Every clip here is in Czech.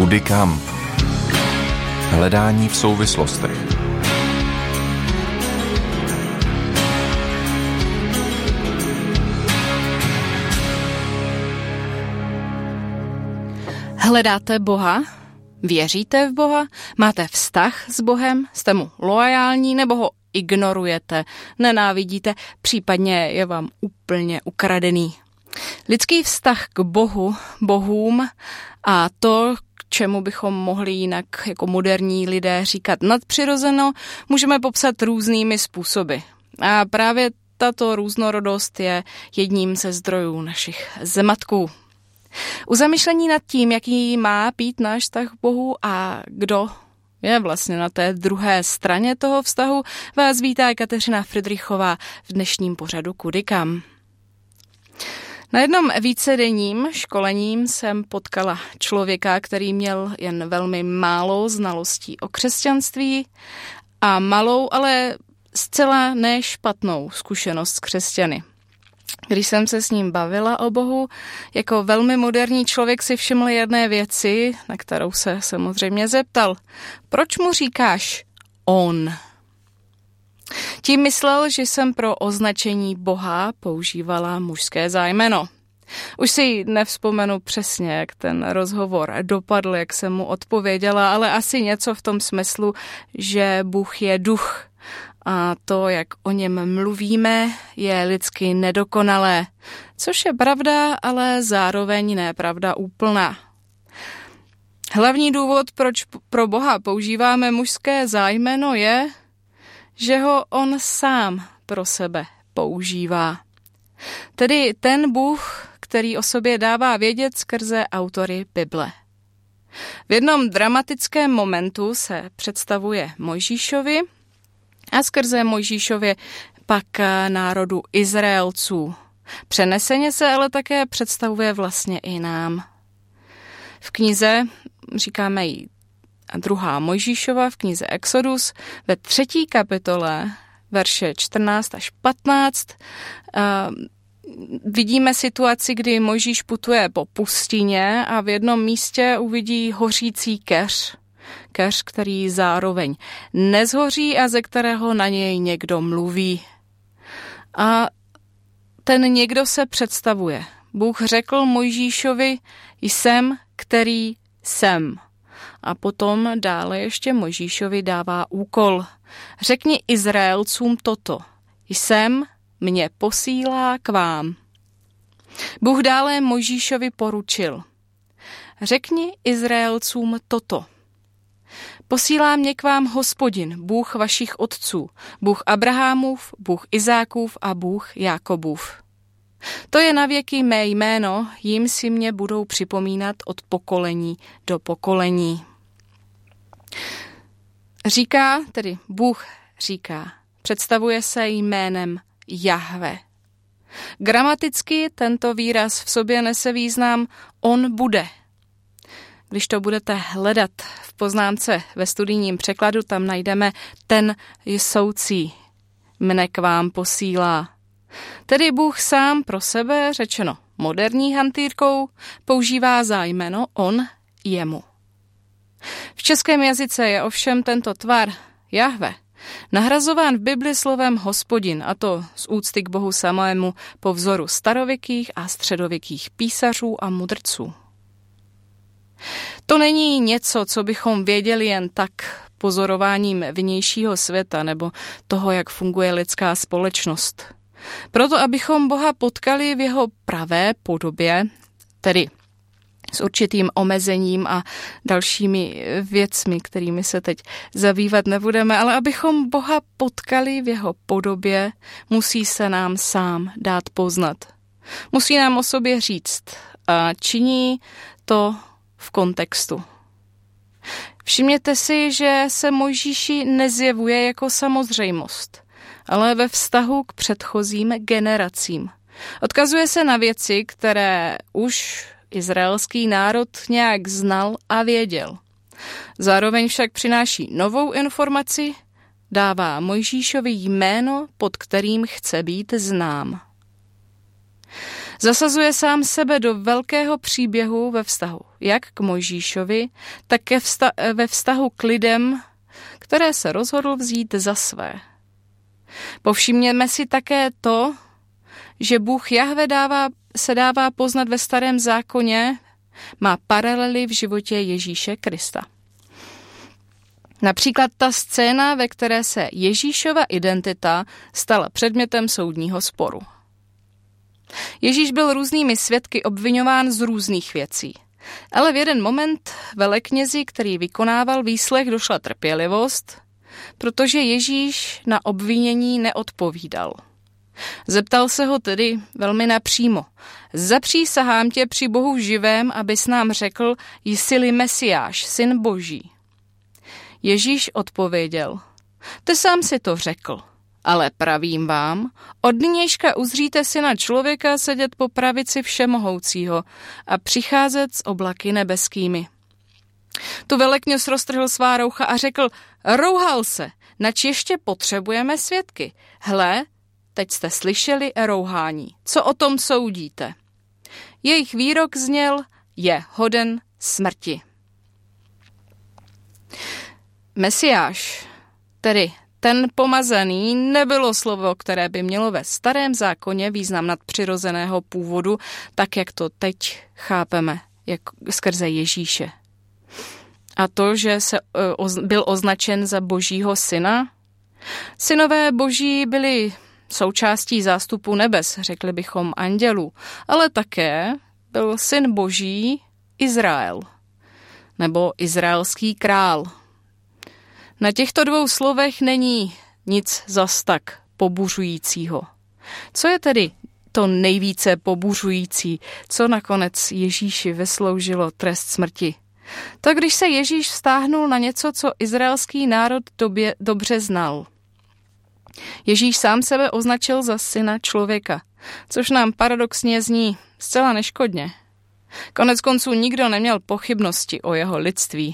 Kudy kam? Hledání v souvislostech. Hledáte Boha? Věříte v Boha? Máte vztah s Bohem? Jste mu loajální nebo ho ignorujete, nenávidíte, případně je vám úplně ukradený? Lidský vztah k Bohu, bohům a to, k čemu bychom mohli jinak jako moderní lidé říkat nadpřirozeno, můžeme popsat různými způsoby. A právě tato různorodost je jedním ze zdrojů našich zmatků. U zamyšlení nad tím, jaký má být náš vztah k Bohu a kdo je vlastně na té druhé straně toho vztahu, vás vítá Kateřina Fridrichová v dnešním pořadu Kudy kam. Na jednom vícedenním školením jsem potkala člověka, který měl jen velmi málo znalostí o křesťanství a malou, ale zcela nešpatnou zkušenost s křesťany. Když jsem se s ním bavila o Bohu, jako velmi moderní člověk si všiml jedné věci, na kterou se samozřejmě zeptal. Proč mu říkáš on? Tím myslel, že jsem pro označení Boha používala mužské zájmeno. Už si nevzpomenu přesně, jak ten rozhovor dopadl, jak jsem mu odpověděla, ale asi něco v tom smyslu, že Bůh je duch. A to, jak o něm mluvíme, je lidsky nedokonalé, což je pravda, ale zároveň nepravda úplná. Hlavní důvod, proč pro Boha používáme mužské zájmeno, je, že ho on sám pro sebe používá. Tedy ten Bůh, který o sobě dává vědět skrze autory Bible. V jednom dramatickém momentu se představuje Mojžíšovi, a skrze Mojžíšově pak národu Izraelců. Přeneseně se ale také představuje vlastně i nám. V knize, říkáme jí 2. Mojžíšova, v knize Exodus, ve 3. kapitole, verše 14 až 15, vidíme situaci, kdy Mojžíš putuje po pustině a v jednom místě uvidí hořící keř, který zároveň nezhoří a ze kterého na něj někdo mluví. A ten někdo se představuje. Bůh řekl Mojžíšovi, jsem, který jsem. A potom dále ještě Mojžíšovi dává úkol. Řekni Izraelcům toto. Jsem, mě posílá k vám. Bůh dále Mojžíšovi poručil. Řekni Izraelcům toto. Posílá mě k vám Hospodin, Bůh vašich otců, Bůh Abrahamův, Bůh Izákův a Bůh Jákobův. To je navěky mé jméno, jim si mě budou připomínat od pokolení do pokolení. Říká, tedy Bůh říká, představuje se jménem Jahve. Gramaticky tento výraz v sobě nese význam on bude. Když to budete hledat v poznámce ve studijním překladu, tam najdeme ten jsoucí, mne k vám posílá. Tedy Bůh sám pro sebe, řečeno moderní hantýrkou, používá zájmeno on jemu. V českém jazyce je ovšem tento tvar Jahve nahrazován v Bibli slovem Hospodin, a to z úcty k Bohu samému po vzoru starověkých a středověkých písařů a mudrců. To není něco, co bychom věděli jen tak pozorováním vnějšího světa nebo toho, jak funguje lidská společnost. Proto, abychom Boha potkali v jeho pravé podobě, tedy s určitým omezením a dalšími věcmi, kterými se teď zabývat nebudeme, ale abychom Boha potkali v jeho podobě, musí se nám sám dát poznat. Musí nám o sobě říct a činí to v kontextu. Všimněte si, že se Mojžíši nezjevuje jako samozřejmost, ale ve vztahu k předchozím generacím. Odkazuje se na věci, které už izraelský národ nějak znal a věděl. Zároveň však přináší novou informaci, dává Mojžíšovi jméno, pod kterým chce být znám. Zasazuje sám sebe do velkého příběhu ve vztahu jak k Mojžíšovi, tak ve vztahu k lidem, které se rozhodl vzít za své. Povšimněme si také to, že Bůh Jahve se dává poznat ve Starém zákoně, má paralely v životě Ježíše Krista. Například ta scéna, ve které se Ježíšova identita stala předmětem soudního sporu. Ježíš byl různými svědky obviňován z různých věcí, ale v jeden moment veleknězi, který vykonával výslech, došla trpělivost, protože Ježíš na obvinění neodpovídal. Zeptal se ho tedy velmi napřímo. Zapřísahám tě při Bohu živém, abys nám řekl, jsi-li Mesiáš, syn Boží. Ježíš odpověděl, ty sám si to řekl, ale pravím vám, od nynějška uzříte syna člověka sedět po pravici všemohoucího a přicházet s oblaky nebeskými. Tu velekněz roztrhl svá roucha a řekl, rouhal se, nač ještě potřebujeme svědky. Hle, teď jste slyšeli rouhání. Co o tom soudíte? Jejich výrok zněl, je hoden smrti. Mesiáš, tedy ten pomazaný, nebylo slovo, které by mělo ve Starém zákoně význam nadpřirozeného původu, tak jak to teď chápeme, skrze Ježíše. A to, že byl označen za Božího syna? Synové Boží byli součástí zástupu nebes, řekli bychom andělů, ale také byl syn Boží Izrael, nebo izraelský král. Na těchto dvou slovech není nic zas tak pobuřujícího. Co je tedy to nejvíce pobuřující, co nakonec Ježíši vysloužilo trest smrti? To, když se Ježíš vztáhnul na něco, co izraelský národ dobře znal. Ježíš sám sebe označil za syna člověka, což nám paradoxně zní zcela neškodně. Konec konců nikdo neměl pochybnosti o jeho lidství.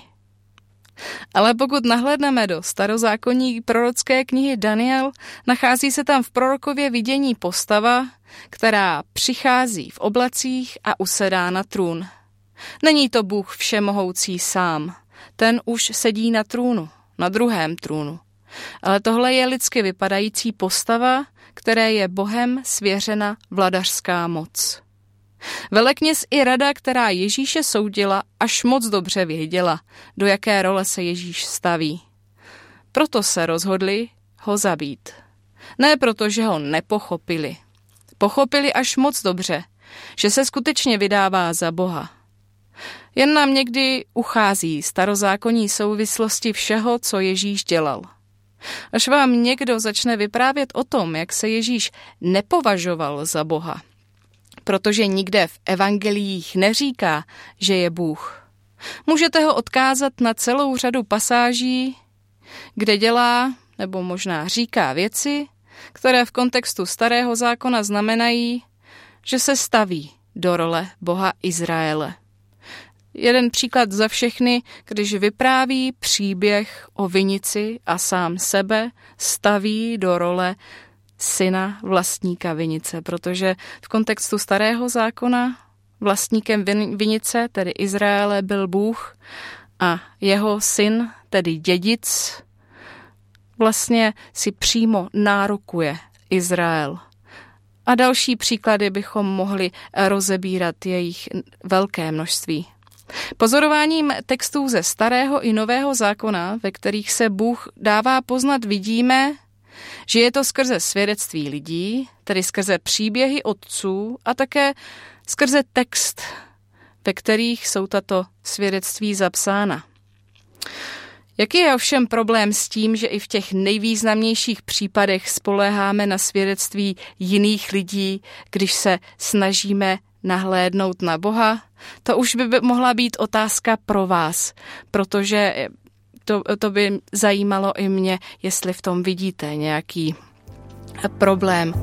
Ale pokud nahlédneme do starozákonní prorocké knihy Daniel, nachází se tam v prorokově vidění postava, která přichází v oblacích a usedá na trůn. Není to Bůh všemohoucí sám, ten už sedí na trůnu, na druhém trůnu. Ale tohle je lidsky vypadající postava, které je Bohem svěřena vladařská moc. Velekněz i rada, která Ježíše soudila, až moc dobře věděla, do jaké role se Ježíš staví. Proto se rozhodli ho zabít. Ne proto, že ho nepochopili. Pochopili až moc dobře, že se skutečně vydává za Boha. Jen nám někdy uchází starozákonní souvislosti všeho, co Ježíš dělal. Až vám někdo začne vyprávět o tom, jak se Ježíš nepovažoval za Boha, protože nikde v evangeliích neříká, že je Bůh. Můžete ho odkázat na celou řadu pasáží, kde dělá, nebo možná říká věci, které v kontextu Starého zákona znamenají, že se staví do role Boha Izraele. Jeden příklad za všechny, když vypráví příběh o vinici a sám sebe staví do role syna vlastníka vinice, protože v kontextu Starého zákona vlastníkem vinice, tedy Izraele, byl Bůh a jeho syn, tedy dědic, vlastně si přímo nárokuje Izrael. A další příklady bychom mohli rozebírat jejich velké množství. Pozorováním textů ze Starého i Nového zákona, ve kterých se Bůh dává poznat, vidíme, že je to skrze svědectví lidí, tedy skrze příběhy otců a také skrze text, ve kterých jsou tato svědectví zapsána. Jaký je ovšem problém s tím, že i v těch nejvýznamnějších případech spoléháme na svědectví jiných lidí, když se snažíme nahlédnout na Boha? To už by mohla být otázka pro vás, protože to by zajímalo i mě, jestli v tom vidíte nějaký problém.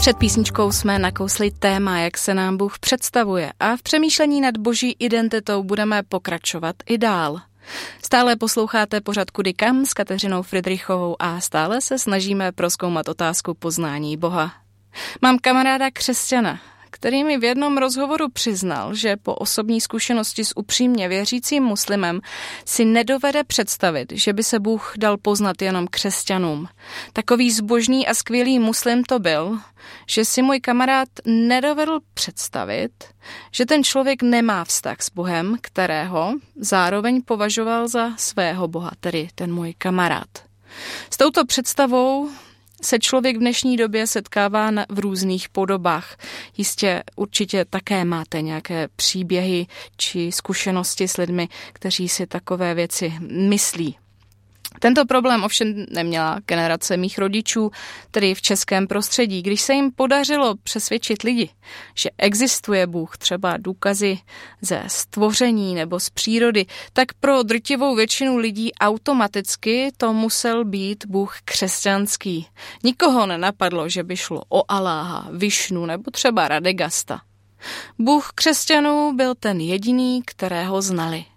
Před písničkou jsme nakousli téma, jak se nám Bůh představuje, a v přemýšlení nad boží identitou budeme pokračovat i dál. Stále posloucháte pořad Kudy kam s Kateřinou Fridrichovou a stále se snažíme prozkoumat otázku poznání Boha. Mám kamaráda křesťana, který mi v jednom rozhovoru přiznal, že po osobní zkušenosti s upřímně věřícím muslimem si nedovede představit, že by se Bůh dal poznat jenom křesťanům. Takový zbožný a skvělý muslim to byl, že si můj kamarád nedovedl představit, že ten člověk nemá vztah s Bohem, kterého zároveň považoval za svého Boha, tedy ten můj kamarád. S touto představou se člověk v dnešní době setkává v různých podobách. Jistě určitě také máte nějaké příběhy či zkušenosti s lidmi, kteří si takové věci myslí. Tento problém ovšem neměla generace mých rodičů, tedy v českém prostředí. Když se jim podařilo přesvědčit lidi, že existuje Bůh, třeba důkazy ze stvoření nebo z přírody, tak pro drtivou většinu lidí automaticky to musel být Bůh křesťanský. Nikoho nenapadlo, že by šlo o Aláha, Višnu nebo třeba Radegasta. Bůh křesťanů byl ten jediný, kterého znali.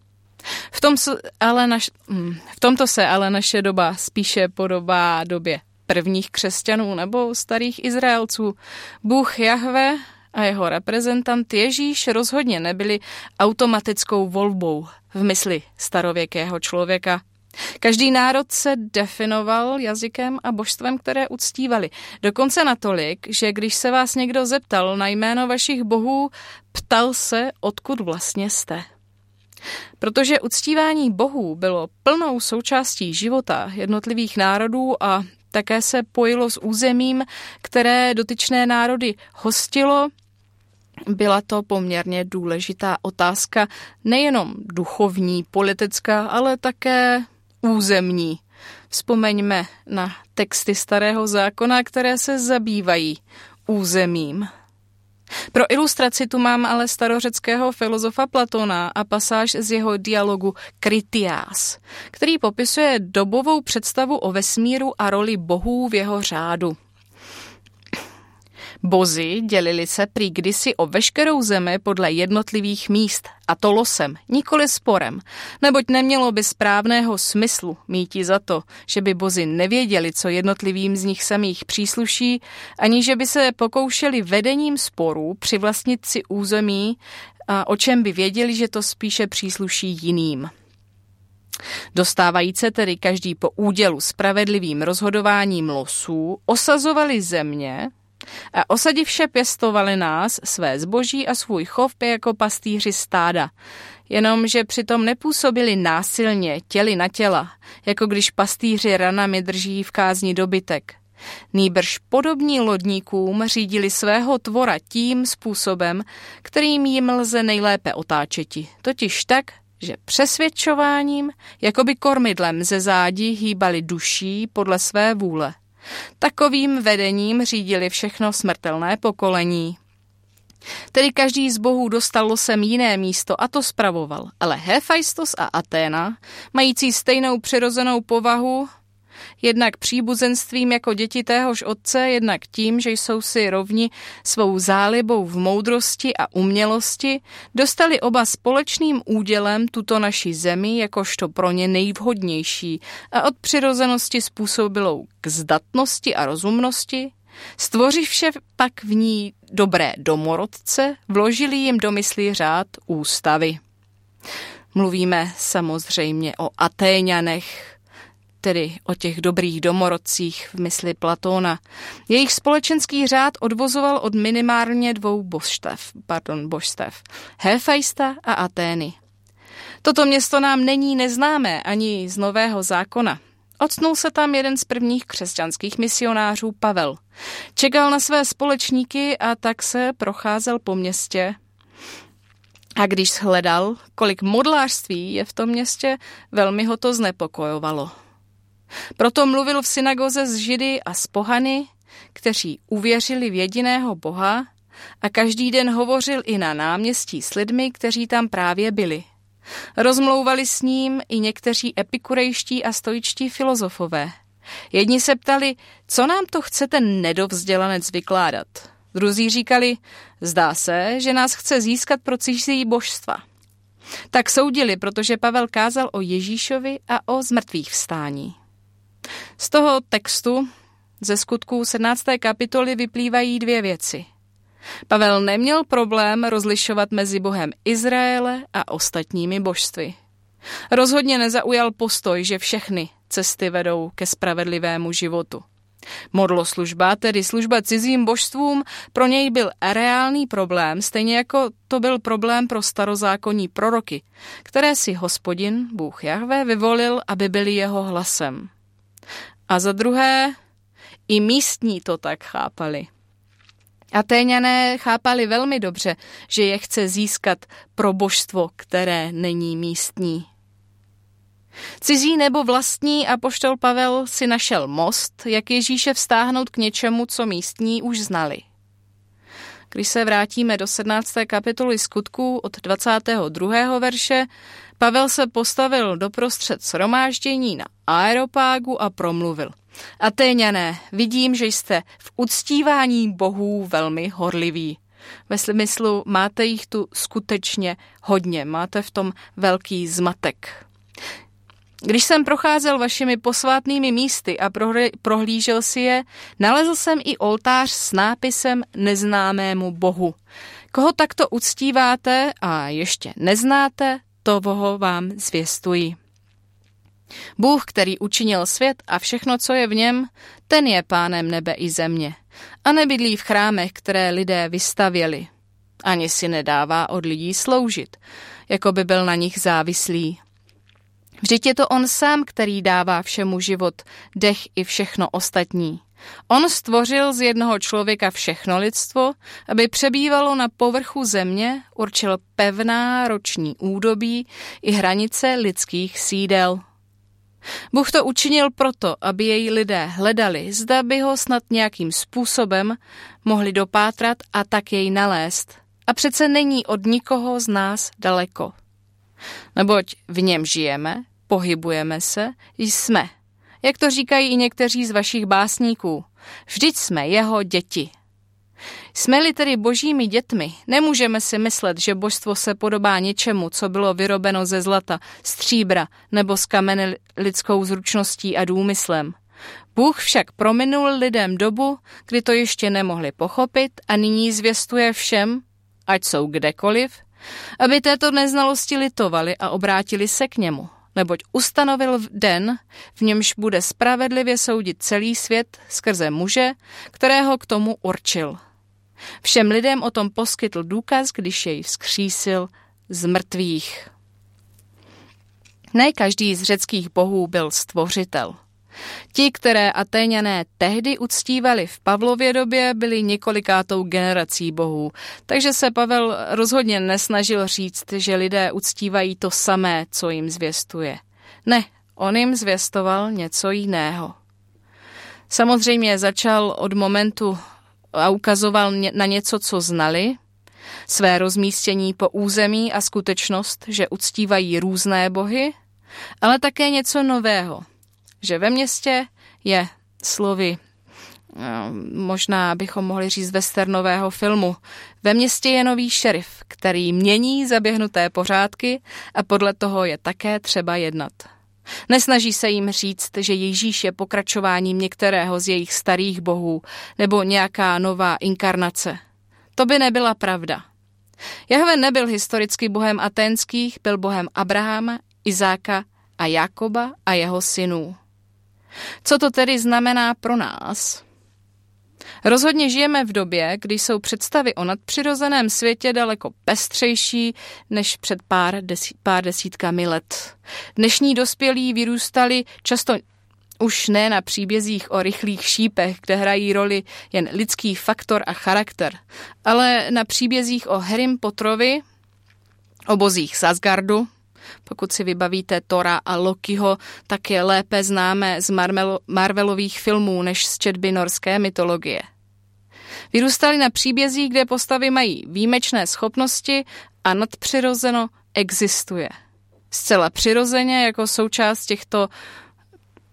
V tomto se ale naše doba spíše podobá době prvních křesťanů nebo starých Izraelců. Bůh Jahve a jeho reprezentant Ježíš rozhodně nebyli automatickou volbou v mysli starověkého člověka. Každý národ se definoval jazykem a božstvem, které uctívali. Dokonce natolik, že když se vás někdo zeptal na jméno vašich bohů, ptal se, odkud vlastně jste. Protože uctívání bohů bylo plnou součástí života jednotlivých národů a také se pojilo s územím, které dotyčné národy hostilo, byla to poměrně důležitá otázka, nejenom duchovní, politická, ale také územní. Vzpomeňme na texty Starého zákona, které se zabývají územím. Pro ilustraci tu mám ale starořeckého filozofa Platona a pasáž z jeho dialogu Kritiás, který popisuje dobovou představu o vesmíru a roli bohů v jeho řádu. Bozi dělili se prý kdysi o veškerou zemi podle jednotlivých míst, a to losem, nikoli sporem, neboť nemělo by správného smyslu míti za to, že by bozi nevěděli, co jednotlivým z nich samých přísluší, ani že by se pokoušeli vedením sporů přivlastnit si území, a o čem by věděli, že to spíše přísluší jiným. Dostávajíce tedy každý po údělu spravedlivým rozhodováním losů, osazovali země a osadivše pěstovali nás, své zboží a svůj chov jako pastýři stáda. Jenomže přitom nepůsobili násilně těli na těla, jako když pastýři ranami drží v kázni dobytek. Nýbrž podobní lodníkům řídili svého tvora tím způsobem, kterým jim lze nejlépe otáčeti, totiž tak, že přesvědčováním, jakoby kormidlem ze zádi hýbali duší podle své vůle. Takovým vedením řídili všechno smrtelné pokolení. Tedy každý z bohů dostal losem jiné místo a to spravoval, ale Héfajstos a Aténa, mající stejnou přirozenou povahu, jednak příbuzenstvím jako děti téhož otce, jednak tím, že jsou si rovni svou zálibou v moudrosti a umělosti, dostali oba společným údělem tuto naši zemi jakožto pro ně nejvhodnější a od přirozenosti způsobilou k zdatnosti a rozumnosti, stvořivše pak v ní dobré domorodce, vložili jim do mysli řád ústavy. Mluvíme samozřejmě o Atéňanech, tedy o těch dobrých domorodcích v mysli Platóna. Jejich společenský řád odvozoval od minimálně dvou božstev, Héfajsta a Atény. Toto město nám není neznámé ani z Nového zákona. Octnul se tam jeden z prvních křesťanských misionářů, Pavel. Čekal na své společníky a tak se procházel po městě. A když shledal, kolik modlářství je v tom městě, velmi ho to znepokojovalo. Proto mluvil v synagoze s Židy a s pohany, kteří uvěřili v jediného Boha, a každý den hovořil i na náměstí s lidmi, kteří tam právě byli. Rozmlouvali s ním i někteří epikurejští a stoičtí filozofové. Jedni se ptali, co nám to chce ten nedovzdělanec vykládat. Druzí říkali, zdá se, že nás chce získat pro cizí božstva. Tak soudili, protože Pavel kázal o Ježíšovi a o zmrtvých vstání. Z toho textu ze Skutků 17. kapitoly vyplývají dvě věci. Pavel neměl problém rozlišovat mezi Bohem Izraele a ostatními božstvy. Rozhodně nezaujal postoj, že všechny cesty vedou ke spravedlivému životu. Modloslužba, tedy služba cizím božstvům, pro něj byl reálný problém, stejně jako to byl problém pro starozákonní proroky, které si Hospodin, Bůh Jahve, vyvolil, aby byli jeho hlasem. A za druhé, i místní to tak chápali. Atéňané chápali velmi dobře, že je chce získat pro božstvo, které není místní. Cizí nebo vlastní apoštol Pavel si našel most, jak Ježíše vztáhnout k něčemu, co místní už znali. Když se vrátíme do 17. kapitoly Skutků od 22. verše, Pavel se postavil doprostřed shromáždění na Areopágu a promluvil. Atéňané, vidím, že jste v uctívání bohů velmi horliví. Ve smyslu, máte jich tu skutečně hodně, máte v tom velký zmatek. Když jsem procházel vašimi posvátnými místy a prohlížel si je, nalezl jsem i oltář s nápisem Neznámému Bohu. Koho takto uctíváte a ještě neznáte, toho vám zvěstuji. Bůh, který učinil svět a všechno, co je v něm, ten je pánem nebe i země. A nebydlí v chrámech, které lidé vystavěli. Ani si nedává od lidí sloužit, jako by byl na nich závislý. Vždyť je to on sám, který dává všemu život, dech i všechno ostatní. On stvořil z jednoho člověka všechno lidstvo, aby přebývalo na povrchu země, určil pevná roční údobí i hranice lidských sídel. Bůh to učinil proto, aby jej lidé hledali, zda by ho snad nějakým způsobem mohli dopátrat a tak jej nalézt. A přece není od nikoho z nás daleko. Neboť v něm žijeme, pohybujeme se, jsme. Jak to říkají i někteří z vašich básníků, vždyť jsme jeho děti. Jsme-li tedy božími dětmi, nemůžeme si myslet, že božstvo se podobá něčemu, co bylo vyrobeno ze zlata, stříbra nebo z kamene lidskou zručností a důmyslem. Bůh však prominul lidem dobu, kdy to ještě nemohli pochopit a nyní zvěstuje všem, ať jsou kdekoliv, aby této neznalosti litovali a obrátili se k němu. Neboť ustanovil den, v němž bude spravedlivě soudit celý svět skrze muže, kterého k tomu určil. Všem lidem o tom poskytl důkaz, když jej vzkřísil z mrtvých. Ne každý z řeckých bohů byl stvořitel. Ti, které Atéňané tehdy uctívali v Pavlově době, byli několikátou generací bohů, takže se Pavel rozhodně nesnažil říct, že lidé uctívají to samé, co jim zvěstuje. Ne, on jim zvěstoval něco jiného. Samozřejmě začal od momentu a ukazoval na něco, co znali, své rozmístění po území a skutečnost, že uctívají různé bohy, ale také něco nového, že ve městě je slovy, možná bychom mohli říct westernového filmu, ve městě je nový šerif, který mění zaběhnuté pořádky a podle toho je také třeba jednat. Nesnaží se jim říct, že Ježíš je pokračováním některého z jejich starých bohů nebo nějaká nová inkarnace. To by nebyla pravda. Jahve nebyl historicky bohem aténských, byl bohem Abrahama, Izáka a Jakoba a jeho synů. Co to tedy znamená pro nás? Rozhodně žijeme v době, kdy jsou představy o nadpřirozeném světě daleko pestřejší než před pár desítkami let. Dnešní dospělí vyrůstali často už ne na příbězích o rychlých šípech, kde hrají roli jen lidský faktor a charakter, ale na příbězích o Harrym Potterovi, o bozích z Asgardu. Pokud si vybavíte Thora a Lokiho, tak je lépe známe z Marvelových filmů než z četby norské mytologie. Vyrůstali na příbězích, kde postavy mají výjimečné schopnosti a nadpřirozeno existuje. Zcela přirozeně jako součást těchto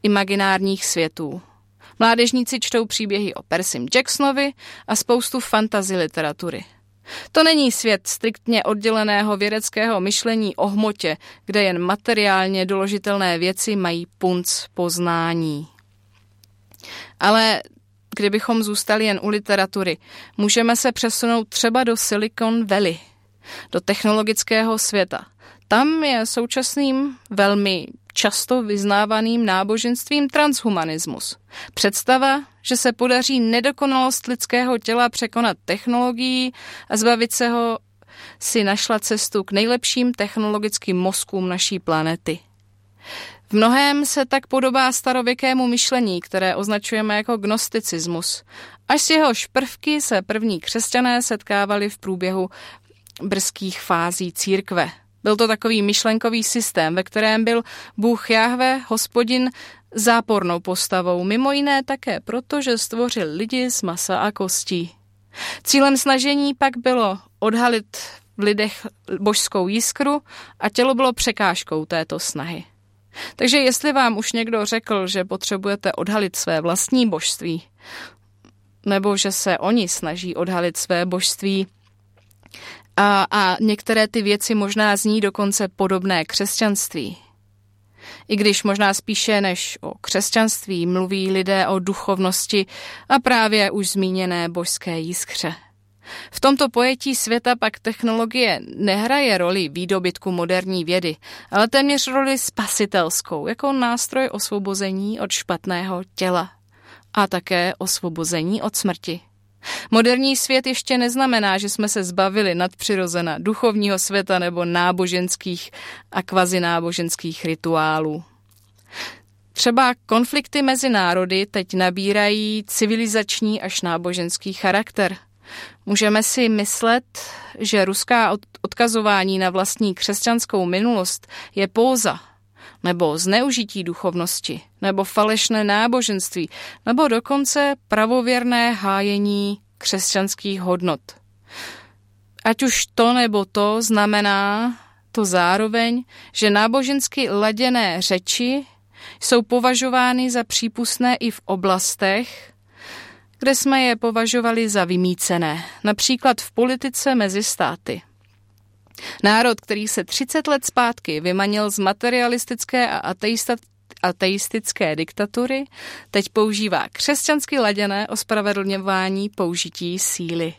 imaginárních světů. Mládežníci čtou příběhy o Percym Jacksonovi a spoustu fantasy literatury. To není svět striktně odděleného vědeckého myšlení o hmotě, kde jen materiálně doložitelné věci mají punc poznání. Ale kdybychom zůstali jen u literatury, můžeme se přesunout třeba do Silicon Valley, do technologického světa. Tam je současným velmi často vyznávaným náboženstvím transhumanismus. Představa, že se podaří nedokonalost lidského těla překonat technologií a zbavit se ho, si našla cestu k nejlepším technologickým mozkům naší planety. V mnohém se tak podobá starověkému myšlení, které označujeme jako gnosticismus. Až s jehož prvky se první křesťané setkávali v průběhu brzkých fází církve. Byl to takový myšlenkový systém, ve kterém byl Bůh Jahve, Hospodin, zápornou postavou, mimo jiné také proto, že stvořil lidi z masa a kostí. Cílem snažení pak bylo odhalit v lidech božskou jiskru a tělo bylo překážkou této snahy. Takže jestli vám už někdo řekl, že potřebujete odhalit své vlastní božství, nebo že se oni snaží odhalit své božství, a některé ty věci možná zní dokonce podobné křesťanství. I když možná spíše než o křesťanství mluví lidé o duchovnosti a právě už zmíněné božské jiskře. V tomto pojetí světa pak technologie nehraje roli výdobytku moderní vědy, ale téměř roli spasitelskou, jako nástroj osvobození od špatného těla a také osvobození od smrti. Moderní svět ještě neznamená, že jsme se zbavili nadpřirozena duchovního světa nebo náboženských a kvazináboženských rituálů. Třeba konflikty mezi národy teď nabírají civilizační až náboženský charakter. Můžeme si myslet, že ruská odkazování na vlastní křesťanskou minulost je póza, nebo zneužití duchovnosti, nebo falešné náboženství, nebo dokonce pravověrné hájení křesťanských hodnot. Ať už to nebo to znamená to zároveň, že nábožensky laděné řeči jsou považovány za přípustné i v oblastech, kde jsme je považovali za vymýcené, například v politice mezi státy. Národ, který se 30 let zpátky vymanil z materialistické a ateistické diktatury, teď používá křesťansky laděné ospravedlňování použití síly.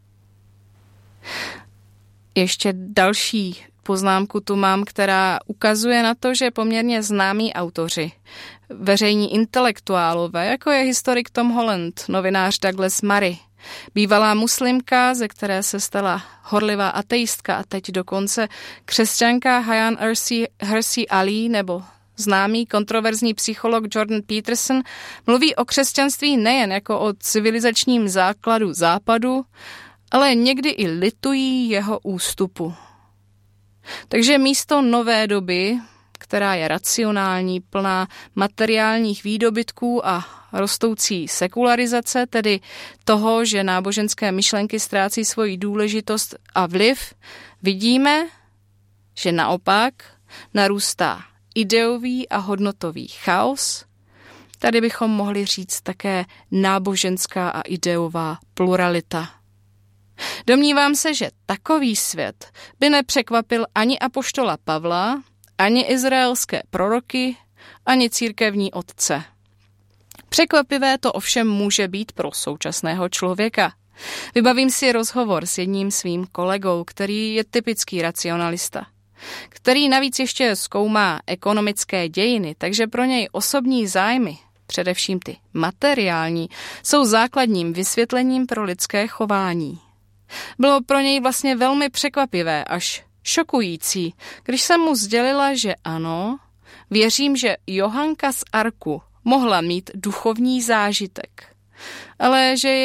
Ještě další poznámku tu mám, která ukazuje na to, že poměrně známí autoři, veřejní intelektuálové, jako je historik Tom Holland, novinář Douglas Murray, bývalá muslimka, ze které se stala horlivá ateistka a teď dokonce křesťanka Hayyan Hirsi Ali nebo známý kontroverzní psycholog Jordan Peterson mluví o křesťanství nejen jako o civilizačním základu západu, ale někdy i litují jeho ústupu. Takže místo nové doby, která je racionální, plná materiálních výdobytků a rostoucí sekularizace, tedy toho, že náboženské myšlenky ztrácí svoji důležitost a vliv, vidíme, že naopak narůstá ideový a hodnotový chaos. Tady bychom mohli říct také náboženská a ideová pluralita. Domnívám se, že takový svět by nepřekvapil ani apoštola Pavla, ani izraelské proroky, ani církevní otce. Překvapivé to ovšem může být pro současného člověka. Vybavím si rozhovor s jedním svým kolegou, který je typický racionalista, který navíc ještě zkoumá ekonomické dějiny, takže pro něj osobní zájmy, především ty materiální, jsou základním vysvětlením pro lidské chování. Bylo pro něj vlastně velmi překvapivé, až šokující, když jsem mu sdělila, že ano, věřím, že Johanka z Arku mohla mít duchovní zážitek, ale že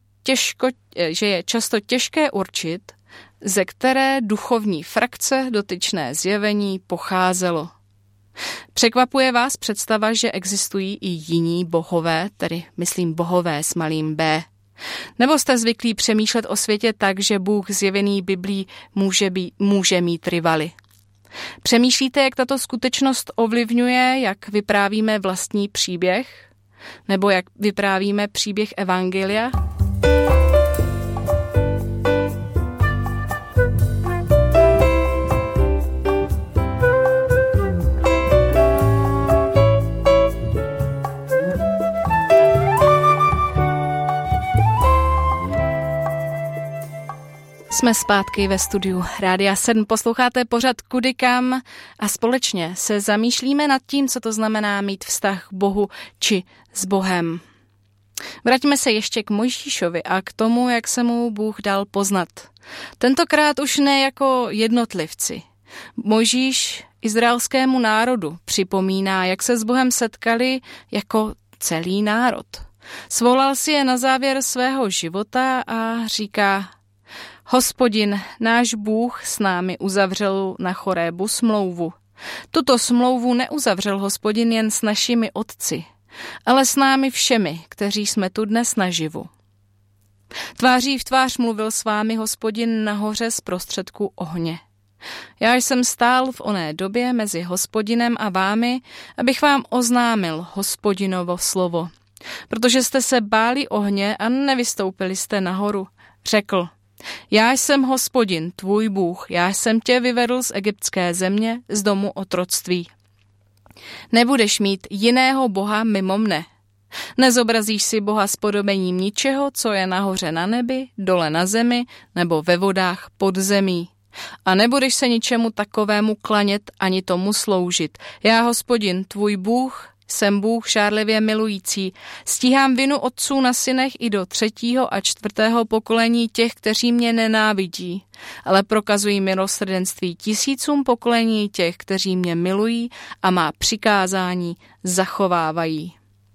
je často těžké určit, ze které duchovní frakce dotyčné zjevení pocházelo. Překvapuje vás představa, že existují i jiní bohové, tedy myslím bohové s malým B? Nebo jste zvyklí přemýšlet o světě tak, že Bůh zjevený Biblí může mít rivaly? Přemýšlíte, jak tato skutečnost ovlivňuje, jak vyprávíme vlastní příběh? Nebo jak vyprávíme příběh Evangelia? Jsme zpátky ve studiu Rádia 7. Posloucháte pořad Kudy kam a společně se zamýšlíme nad tím, co to znamená mít vztah k Bohu či s Bohem. Vraťme se ještě k Mojžíšovi a k tomu, jak se mu Bůh dal poznat. Tentokrát už ne jako jednotlivci. Mojžíš izraelskému národu připomíná, jak se s Bohem setkali jako celý národ. Svolal si je na závěr svého života a říká: Hospodin, náš Bůh, s námi uzavřel na Chorébu smlouvu. Tuto smlouvu neuzavřel Hospodin jen s našimi otci, ale s námi všemi, kteří jsme tu dnes naživu. Tváří v tvář mluvil s vámi Hospodin nahoře z prostředku ohně. Já jsem stál v oné době mezi Hospodinem a vámi, abych vám oznámil Hospodinovo slovo. Protože jste se báli ohně a nevystoupili jste nahoru, řekl: Já jsem Hospodin, tvůj Bůh, já jsem tě vyvedl z egyptské země, z domu otroctví. Nebudeš mít jiného boha mimo mne. Nezobrazíš si boha s podobením ničeho, co je nahoře na nebi, dole na zemi nebo ve vodách pod zemí. A nebudeš se ničemu takovému klanět ani tomu sloužit. Já, Hospodin, tvůj Bůh, jsem Bůh žárlivě milující. Stíhám vinu otců na synech i do 3. a 4. pokolení těch, kteří mě nenávidí, ale prokazují milosrdenství tisícům pokolení těch, kteří mě milují a má přikázání zachovávají.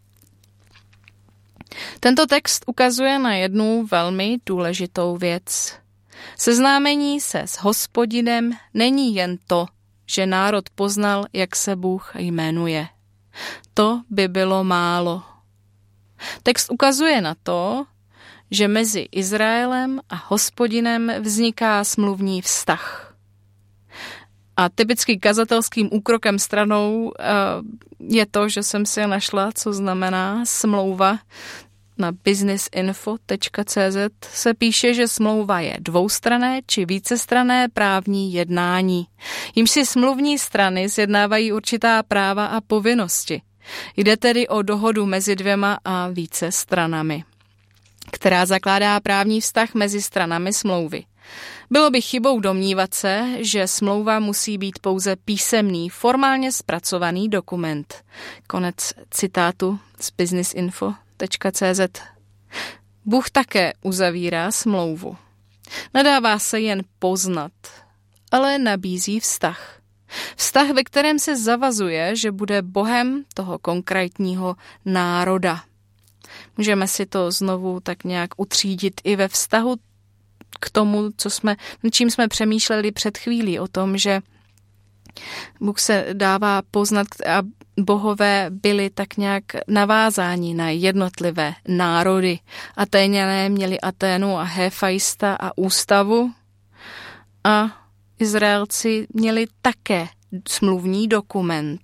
Tento text ukazuje na jednu velmi důležitou věc. Seznámení se s Hospodinem není jen to, že národ poznal, jak se Bůh jmenuje. To by bylo málo. Text ukazuje na to, že mezi Izraelem a Hospodinem vzniká smluvní vztah. A typický kazatelským úkrokem stranou je to, že jsem si našla, co znamená smlouva. Na businessinfo.cz se píše, že smlouva je dvoustranné či vícestranné právní jednání. Jimž si smluvní strany sjednávají určitá práva a povinnosti. Jde tedy o dohodu mezi 2 a více stranami, která zakládá právní vztah mezi stranami smlouvy. Bylo by chybou domnívat se, že smlouva musí být pouze písemný, formálně zpracovaný dokument. Konec citátu z businessinfo.cz. Bůh také uzavírá smlouvu. Nedává se jen poznat, ale nabízí vztah. Vztah, ve kterém se zavazuje, že bude Bohem toho konkrétního národa. Můžeme si to znovu tak nějak utřídit i ve vztahu k tomu, čím jsme přemýšleli před chvílí, o tom, že Bůh se dává poznat a bohové byli tak nějak navázáni na jednotlivé národy. Atéňané měli Aténu a Héfaista a ústavu a Izraelci měli také smluvní dokument.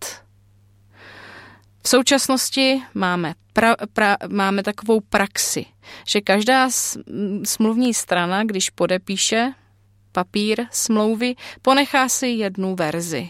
V současnosti máme takovou praxi, že každá smluvní strana, když podepíše papír smlouvy, ponechá si jednu verzi.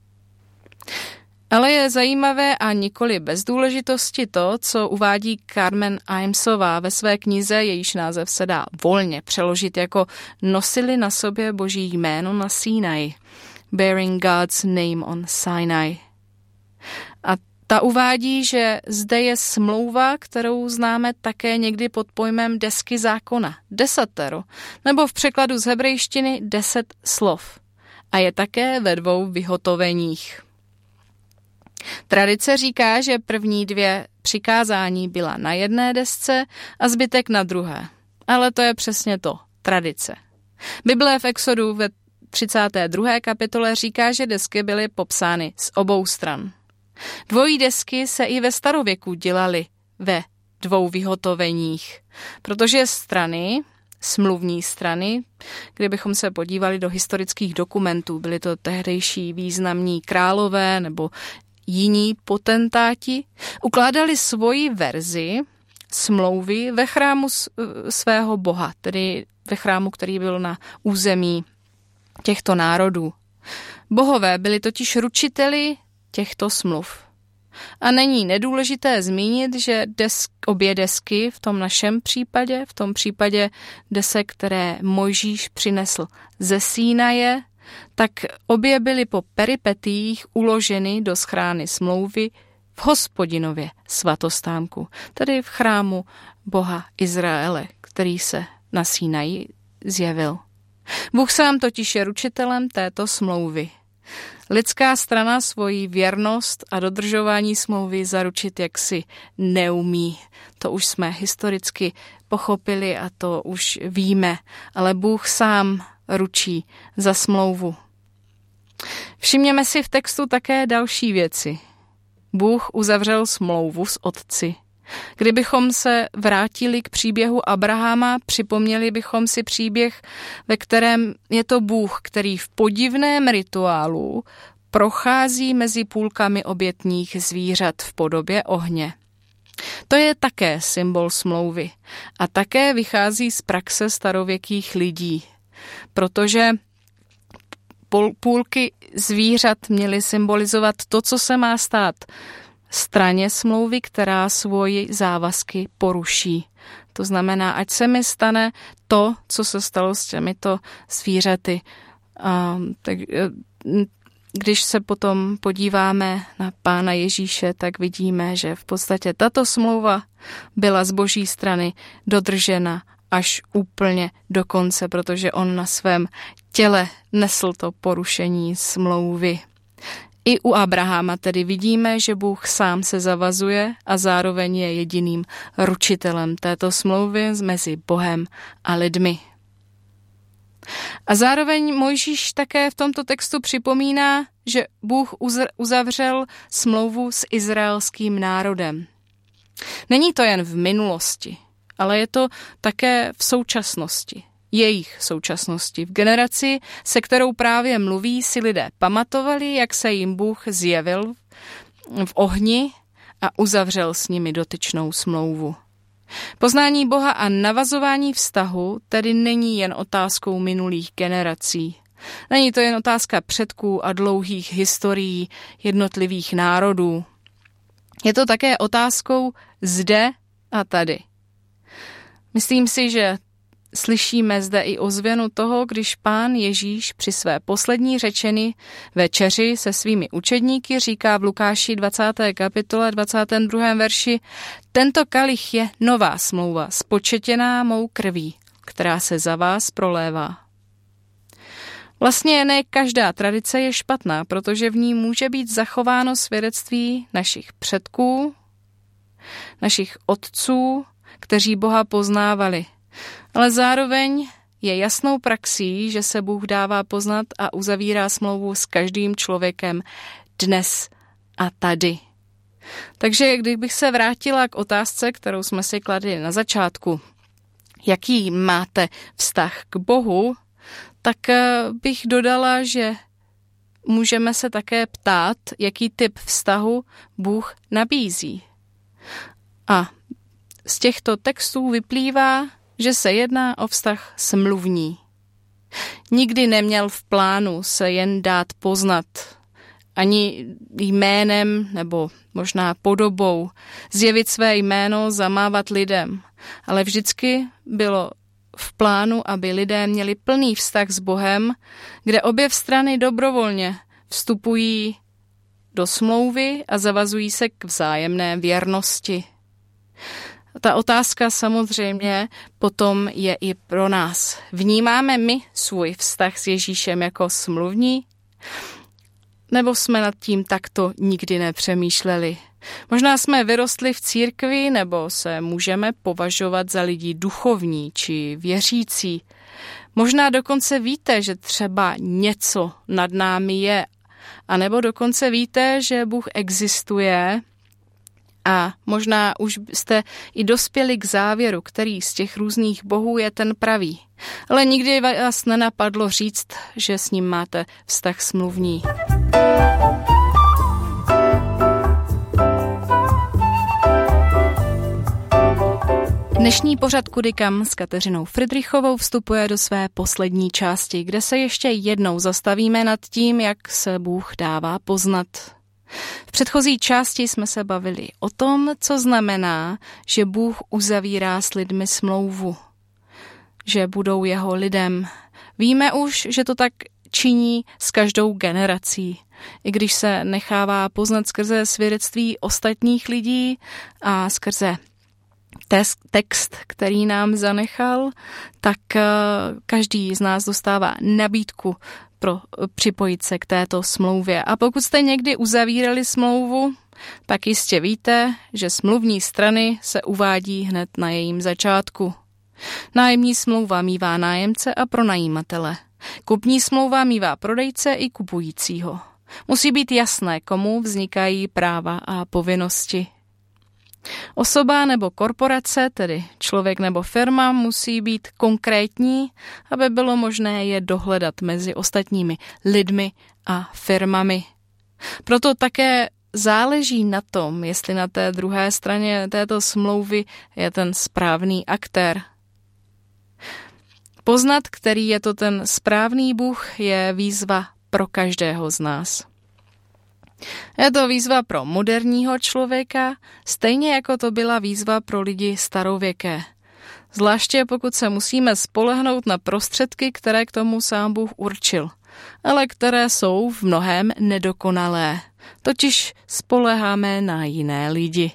Ale je zajímavé a nikoli bez důležitosti to, co uvádí Carmen Aimsová ve své knize, jejíž název se dá volně přeložit jako Nosili na sobě Boží jméno na Sinaji, Bearing God's Name on Sinai. A ta uvádí, že zde je smlouva, kterou známe také někdy pod pojmem desky zákona, desatero, nebo v překladu z hebrejštiny 10 slov. A je také ve 2 vyhotoveních. Tradice říká, že první 2 přikázání byla na jedné desce a zbytek na druhé. Ale to je přesně to, tradice. Bible v Exodu ve 32. kapitole říká, že desky byly popsány z obou stran. Dvojí desky se i ve starověku dělaly ve 2 vyhotoveních, protože strany smluvní strany. Kdybychom se podívali do historických dokumentů, byly to tehdejší významní králové nebo jiní potentáti, ukládali svoji verzi smlouvy ve chrámu svého boha, tedy ve chrámu, který byl na území těchto národů. Bohové byli totiž ručiteli těchto smluv. A není nedůležité zmínit, že obě desky v tom našem případě, v tom případě desek, které Mojžíš přinesl ze Sínaje, tak obě byly po peripetiích uloženy do schrány smlouvy v Hospodinově svatostánku, tedy v chrámu Boha Izraele, který se na Sínaji zjevil. Bůh sám totiž je ručitelem této smlouvy. Lidská strana svoji věrnost a dodržování smlouvy zaručit jaksi neumí. To už jsme historicky pochopili a to už víme, ale Bůh sám ručí za smlouvu. Všimněme si v textu také další věci. Bůh uzavřel smlouvu s otci. Kdybychom se vrátili k příběhu Abrahama, připomněli bychom si příběh, ve kterém je to Bůh, který v podivném rituálu prochází mezi půlkami obětních zvířat v podobě ohně. To je také symbol smlouvy a také vychází z praxe starověkých lidí, protože půlky zvířat měly symbolizovat to, co se má stát straně smlouvy, která svoji závazky poruší. To znamená, ať se mi stane to, co se stalo s těmito zvířaty. Když se potom podíváme na Pána Ježíše, tak vidíme, že v podstatě tato smlouva byla z Boží strany dodržena až úplně do konce, protože on na svém těle nesl to porušení smlouvy. I u Abrahama tedy vidíme, že Bůh sám se zavazuje a zároveň je jediným ručitelem této smlouvy mezi Bohem a lidmi. A zároveň Mojžíš také v tomto textu připomíná, že Bůh uzavřel smlouvu s izraelským národem. Není to jen v minulosti, ale je to také v současnosti. Jejich současnosti. V generaci, se kterou právě mluví, si lidé pamatovali, jak se jim Bůh zjevil v ohni a uzavřel s nimi dotyčnou smlouvu. Poznání Boha a navazování vztahu tedy není jen otázkou minulých generací. Není to jen otázka předků a dlouhých historií jednotlivých národů. Je to také otázkou zde a tady. Myslím si, že slyšíme zde i ozvěnu toho, když Pán Ježíš při své poslední řečení večeři se svými učedníky říká v Lukáši 20. kapitole 22. verši: Tento kalich je nová smlouva, spočetěná mou krví, která se za vás prolévá. Vlastně ne každá tradice je špatná, protože v ní může být zachováno svědectví našich předků, našich otců, kteří Boha poznávali. Ale zároveň je jasnou praxí, že se Bůh dává poznat a uzavírá smlouvu s každým člověkem dnes a tady. Takže kdybych se vrátila k otázce, kterou jsme si kladli na začátku, jaký máte vztah k Bohu, tak bych dodala, že můžeme se také ptát, jaký typ vztahu Bůh nabízí. A z těchto textů vyplývá, že se jedná o vztah smluvní. Nikdy neměl v plánu se jen dát poznat, ani jménem nebo možná podobou, zjevit své jméno, zamávat lidem, ale vždycky bylo v plánu, aby lidé měli plný vztah s Bohem, kde obě strany dobrovolně vstupují do smlouvy a zavazují se k vzájemné věrnosti. Ta otázka samozřejmě potom je i pro nás. Vnímáme my svůj vztah s Ježíšem jako smluvní? Nebo jsme nad tím takto nikdy nepřemýšleli? Možná jsme vyrostli v církvi, nebo se můžeme považovat za lidi duchovní či věřící. Možná dokonce víte, že třeba něco nad námi je, anebo dokonce víte, že Bůh existuje A možná už jste i dospěli k závěru, který z těch různých bohů je ten pravý. Ale nikdy vás nenapadlo říct, že s ním máte vztah smluvní. Dnešní pořad Kudy kam s Kateřinou Fridrichovou vstupuje do své poslední části, kde se ještě jednou zastavíme nad tím, jak se Bůh dává poznat. V předchozí části jsme se bavili o tom, co znamená, že Bůh uzavírá s lidmi smlouvu, že budou jeho lidem. Víme už, že to tak činí s každou generací, i když se nechává poznat skrze svědectví ostatních lidí a skrze text, který nám zanechal, tak každý z nás dostává nabídku pro připojit se k této smlouvě. A pokud jste někdy uzavírali smlouvu, pak jistě víte, že smluvní strany se uvádí hned na jejím začátku. Nájemní smlouva mívá nájemce a pronajímatele. Kupní smlouva mívá prodejce i kupujícího. Musí být jasné, komu vznikají práva a povinnosti. Osoba nebo korporace, tedy člověk nebo firma, musí být konkrétní, aby bylo možné je dohledat mezi ostatními lidmi a firmami. Proto také záleží na tom, jestli na té druhé straně této smlouvy je ten správný aktér. Poznat, který je to ten správný Bůh, je výzva pro každého z nás. Je to výzva pro moderního člověka, stejně jako to byla výzva pro lidi starověké. Zvláště pokud se musíme spolehnout na prostředky, které k tomu sám Bůh určil, ale které jsou v mnohém nedokonalé. Totiž spoléháme na jiné lidi.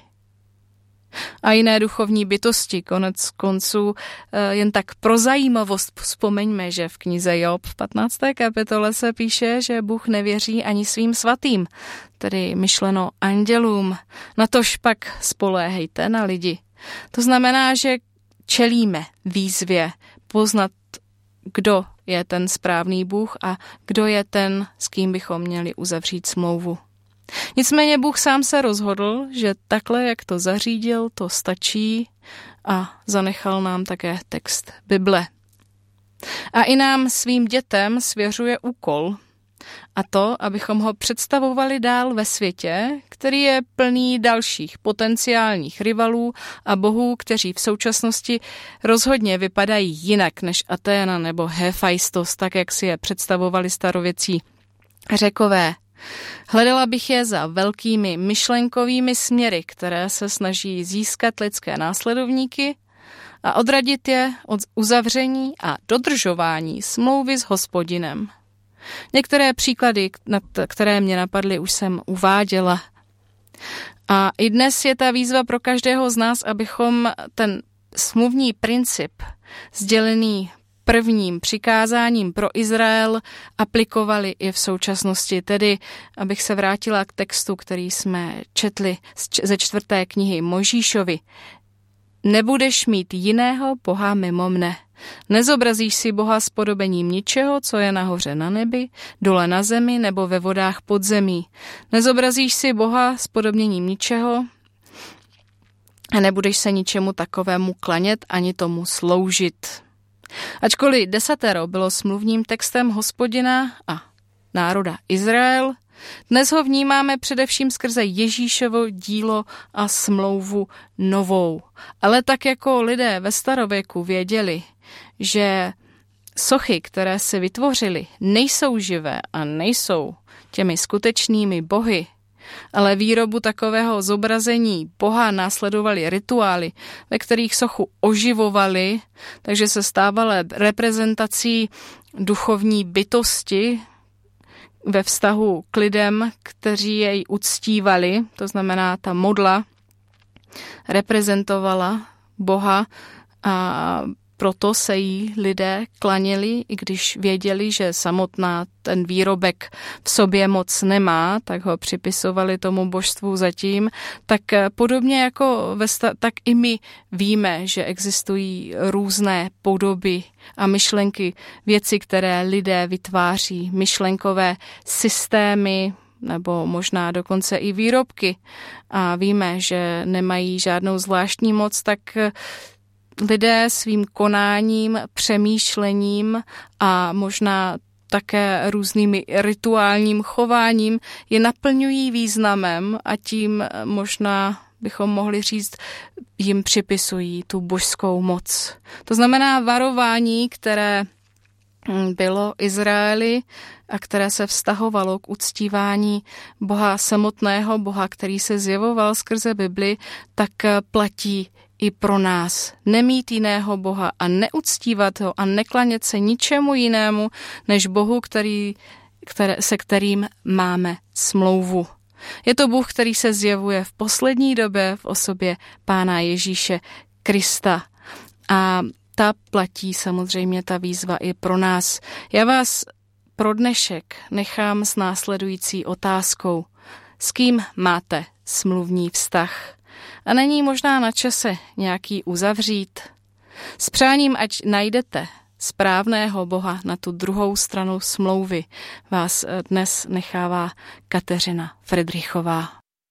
A jiné duchovní bytosti, konec konců, jen tak pro zajímavost vzpomeňme, že v knize Job v 15. kapitole se píše, že Bůh nevěří ani svým svatým, tedy myšleno andělům, natož pak spoléhejte na lidi. To znamená, že čelíme výzvě poznat, kdo je ten správný Bůh a kdo je ten, s kým bychom měli uzavřít smlouvu. Nicméně Bůh sám se rozhodl, že takhle, jak to zařídil, to stačí a zanechal nám také text Bible. A i nám svým dětem svěřuje úkol, a to, abychom ho představovali dál ve světě, který je plný dalších potenciálních rivalů a bohů, kteří v současnosti rozhodně vypadají jinak než Aténa nebo Héfaistos, tak jak si je představovali starověcí Řekové. Hledala bych je za velkými myšlenkovými směry, které se snaží získat lidské následovníky a odradit je od uzavření a dodržování smlouvy s Hospodinem. Některé příklady, které mě napadly, už jsem uváděla. A i dnes je ta výzva pro každého z nás, abychom ten smluvní princip sdělený prvním přikázáním pro Izrael aplikovali i v současnosti. Tedy, abych se vrátila k textu, který jsme četli ze 4. knihy Mojžíšovi. Nebudeš mít jiného boha mimo mne. Nezobrazíš si Boha s podobením ničeho, co je nahoře na nebi, dole na zemi nebo ve vodách pod zemí. Nezobrazíš si Boha s podobněním ničeho a nebudeš se ničemu takovému klanět ani tomu sloužit. Ačkoliv desatero bylo smluvním textem Hospodina a národa Izrael, dnes ho vnímáme především skrze Ježíšovo dílo a smlouvu novou. Ale tak jako lidé ve starověku věděli, že sochy, které si vytvořili, nejsou živé a nejsou těmi skutečnými bohy, ale výrobu takového zobrazení Boha následovaly rituály, ve kterých sochu oživovali, takže se stávala reprezentací duchovní bytosti ve vztahu k lidem, kteří jej uctívali, to znamená ta modla reprezentovala Boha a proto se jí lidé klaněli, i když věděli, že samotná ten výrobek v sobě moc nemá, tak ho připisovali tomu božstvu zatím. Tak podobně jako tak i my víme, že existují různé podoby a myšlenky, věci, které lidé vytváří, myšlenkové systémy, nebo možná dokonce i výrobky a víme, že nemají žádnou zvláštní moc, tak lidé svým konáním, přemýšlením a možná také různými rituálním chováním je naplňují významem a tím možná bychom mohli říct, jim připisují tu božskou moc. To znamená varování, které bylo Izraeli a které se vztahovalo k uctívání Boha samotného, Boha, který se zjevoval skrze Bibli, tak platí i pro nás. Nemít jiného Boha a neuctívat ho a neklanět se ničemu jinému, než Bohu, se kterým máme smlouvu. Je to Bůh, který se zjevuje v poslední době v osobě Pána Ježíše Krista. A ta platí samozřejmě ta výzva i pro nás. Já vás pro dnešek nechám s následující otázkou. S kým máte smluvní vztah? A není možná na čase nějaký uzavřít? S přáním, ať najdete správného Boha na tu druhou stranu smlouvy, vás dnes nechává Kateřina Fridrichová.